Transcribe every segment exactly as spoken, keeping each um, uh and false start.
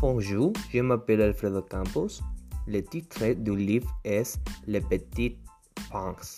Bonjour, je m'appelle Alfredo Campos. Le titre du livre est Les Petits Princes.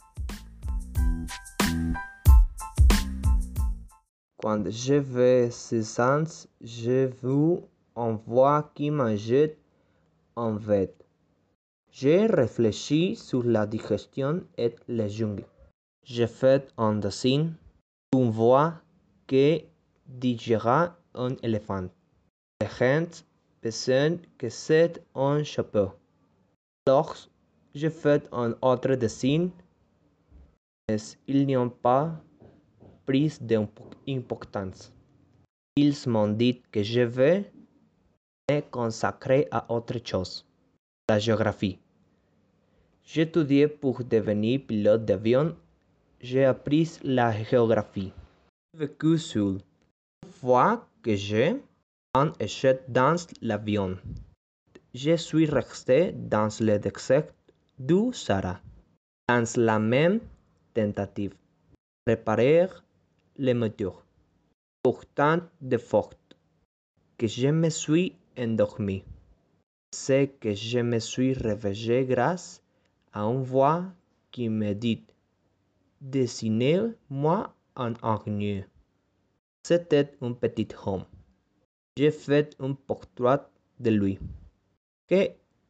Quand j'avais six ans, j'ai vu un voix qui mangeait un vête. J'ai réfléchi sur la digestion et les jungles. J'ai fait un dessin d'une voix qui digéra un éléphant. Les gens pensaient que c'est un chapeau. Alors, j'ai fait un autre dessin, mais ils n'y ont pas pris d'importance. Ils m'ont dit que je vais me consacrer à autre chose, la géographie. J'ai étudié pour devenir pilote d'avion. J'ai appris la géographie. J'ai vécu seul. Une fois que j'ai un échec dans l'avion, je suis resté dans le désert du Sahara, dans la même tentative de réparer le moteur. Pourtant de forte que je me suis endormi. C'est que je me suis réveillé grâce à une voix qui me dit « Dessinez-moi un araignée ». C'était un petit homme. J'ai fait un portrait de lui. Que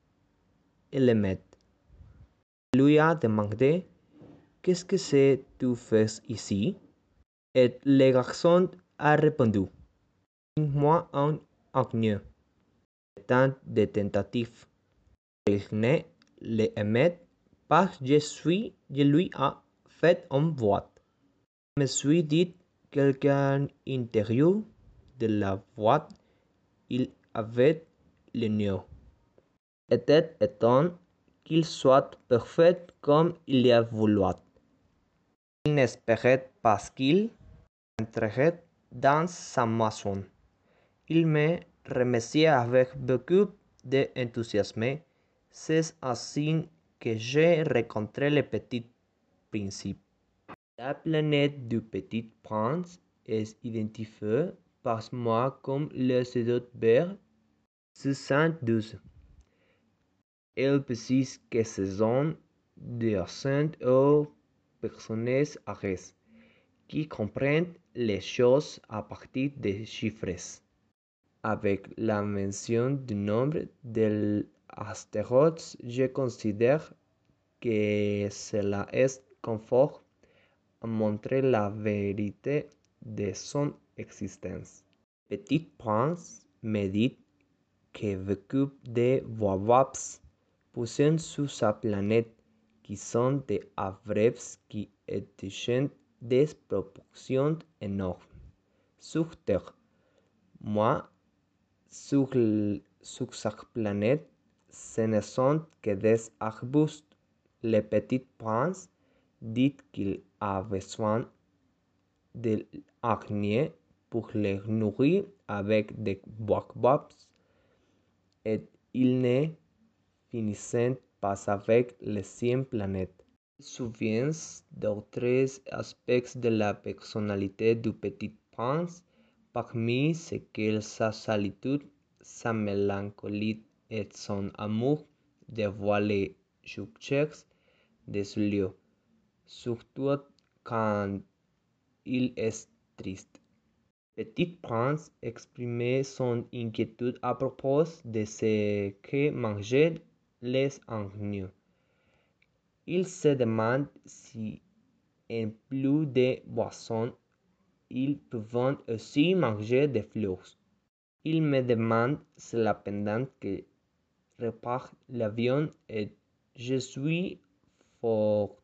il aimait. Il lui a demandé « Qu'est-ce que c'est que tu fais ici ?» Et le garçon a répondu « Moi un araignée ». Tant de tentatives. Il ne l'aimait pas. Je suis, je lui ai fait une voix. Je me suis dit qu'à l'intérieur de la voix, il avait le nez. Était étonné qu'il soit parfait comme il a voulu. Il n'espérait pas qu'il entrerait dans sa maison. Il me remerciait avec beaucoup d'enthousiasme. C'est ainsi que j'ai rencontré le petit prince. La planète du petit prince est identifiée par moi comme le soixante douze. Elle précise que ce sont des accents aux personnes âgées qui comprennent les choses à partir des chiffres. Avec la mention du nombre d'astéroïdes, je considère que cela est conforme à montrer la vérité de son existence. Petit Prince me dit que beaucoup de baobabs poussent sur sa planète qui sont des arbres qui atteignent des proportions énormes sur Terre. Moi, sur, sur sa planète, ce ne sont que des arbustes. Le petit prince dit qu'il a besoin de l'araignées pour les nourrir avec des baobabs et il ne finissait pas avec les cent planètes. Il se souvient d'autres aspects de la personnalité du petit prince, parmi lesquels sa solitude, sa mélancolie et son amour de voir les succès de ce lieu, surtout quand il est triste. Petit Prince exprimait son inquiétude à propos de ce que mangeaient les araignées. Il se demande si, en plus de boissons, ils peuvent aussi manger des fleurs. Il me demande cela pendant que repart l'avion et je suis fort.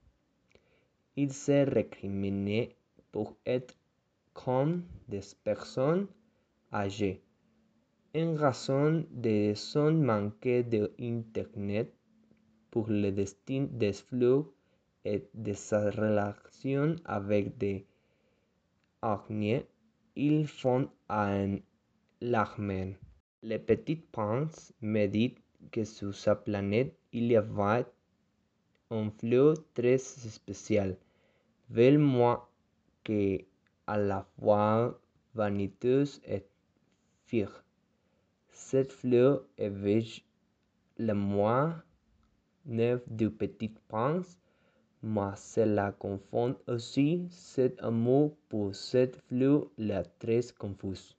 Il se récriminait pour être comme des personnes âgées, en raison de son manque d'internet, pour le destin des fleurs et de sa relation avec des araignées. Il fond un larmes. Le petit prince me dit que sur sa planète il y avait une fleur très spéciale, belle que à la fois vaniteuse et fière. Cette fleur éveille le moi neuf du petit prince, mais cela confond aussi cet amour pour cette fleur la très confuse.